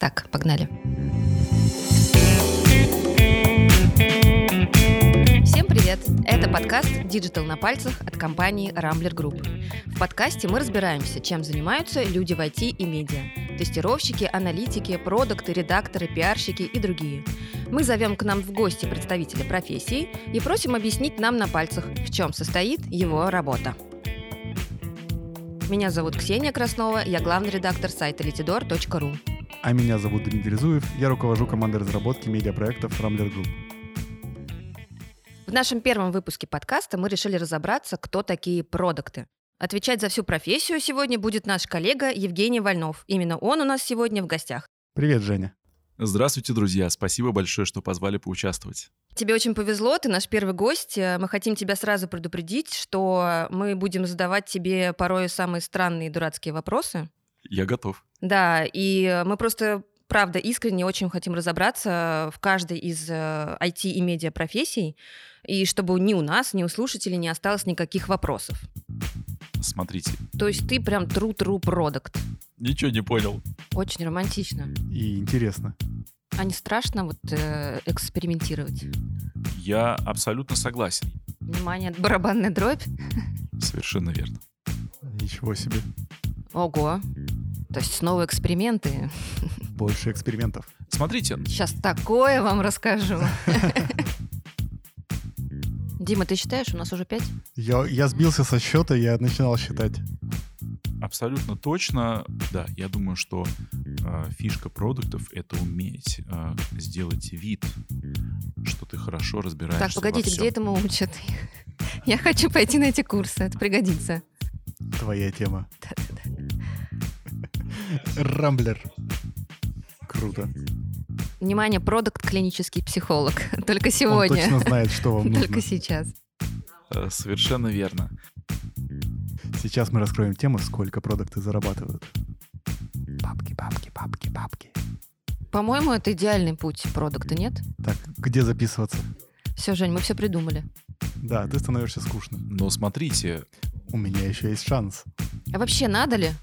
Так, погнали. Всем привет! Это подкаст «Digital на пальцах» от компании Rambler Group. В подкасте мы разбираемся, чем занимаются люди в IT и медиа. Тестировщики, аналитики, продакты, редакторы, пиарщики и другие. Мы зовем к нам в гости представителя профессии и просим объяснить нам на пальцах, в чем состоит его работа. Меня зовут Ксения Краснова, я главный редактор сайта letidor.ru. А меня зовут Дмитрий Зуев, я руковожу командой разработки медиапроектов Rambler Group. В нашем первом выпуске подкаста мы решили разобраться, кто такие продакты. Отвечать за всю профессию сегодня будет наш коллега Евгений Вольнов. Именно он у нас сегодня в гостях. Привет, Женя. Здравствуйте, друзья. Спасибо большое, что позвали поучаствовать. Тебе очень повезло, ты наш первый гость. Мы хотим тебя сразу предупредить, что мы будем задавать тебе порой самые странные и дурацкие вопросы. Я готов. Да, и мы просто, правда, искренне очень хотим разобраться в каждой из IT и медиа профессий, и чтобы ни у нас, ни у слушателей не осталось никаких вопросов. Смотрите. То есть ты прям true продакт. Ничего не понял. Очень романтично. И интересно. А не страшно экспериментировать? Я абсолютно согласен. Внимание, барабанная дробь. Совершенно верно. Ничего себе. Ого. То есть снова эксперименты. Больше экспериментов. Смотрите. Сейчас такое вам расскажу. Дима, ты считаешь, у нас уже 5? Я сбился со счета, я начинал считать. Абсолютно точно. Да, я думаю, что фишка продуктов — это уметь сделать вид, что ты хорошо разбираешься. Так, погодите, во всем. где этому учат? Я хочу пойти на эти курсы, это пригодится. Твоя тема. Да-да-да. Рамблер. Круто. Внимание, продакт клинический психолог. Только Он сегодня. точно знает, что вам нужно. Только сейчас. Совершенно верно. Сейчас мы раскроем тему, сколько продукты зарабатывают. Бабки. По-моему, это идеальный путь продукта, нет? Так, где записываться? Все, Жень, мы все придумали. Да, ты становишься скучным. Но смотрите, У меня еще есть шанс. А вообще надо ли?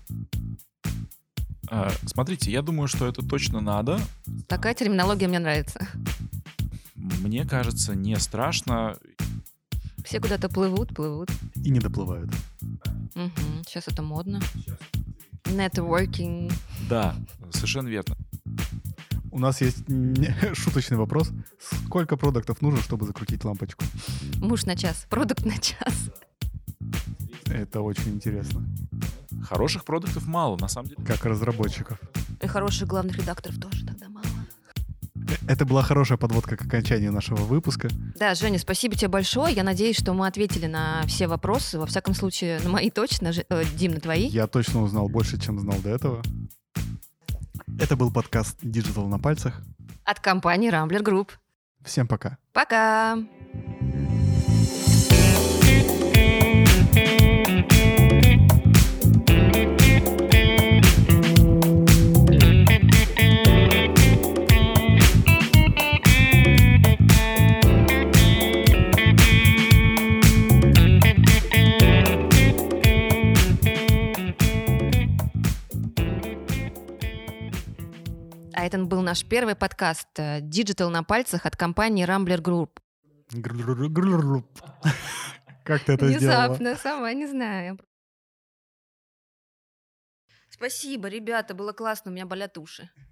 я думаю, что это точно надо. Такая терминология мне нравится. Мне кажется, не страшно. Все куда-то плывут. И не доплывают. Сейчас это модно. Networking. Да, совершенно верно. У нас есть шуточный вопрос. Сколько продуктов нужно, чтобы закрутить лампочку? Муж на час. Продукт на час. Это очень интересно. Хороших продуктов мало, на самом деле. Как разработчиков. И хороших главных редакторов тоже тогда мало. Это была хорошая подводка к окончанию нашего выпуска. Да, Женя, спасибо тебе большое. Я надеюсь, что мы ответили на все вопросы. Во всяком случае, на мои точно. Дим, на твои. Я точно узнал больше, чем знал до этого. Это был подкаст Digital на пальцах. От компании Rambler Group. Всем пока. Пока! А это был наш первый подкаст «Digital на пальцах» от компании Rambler Group. Как ты это сделала? Внезапно, сама не знаю. Спасибо, ребята, было классно, у меня болят уши.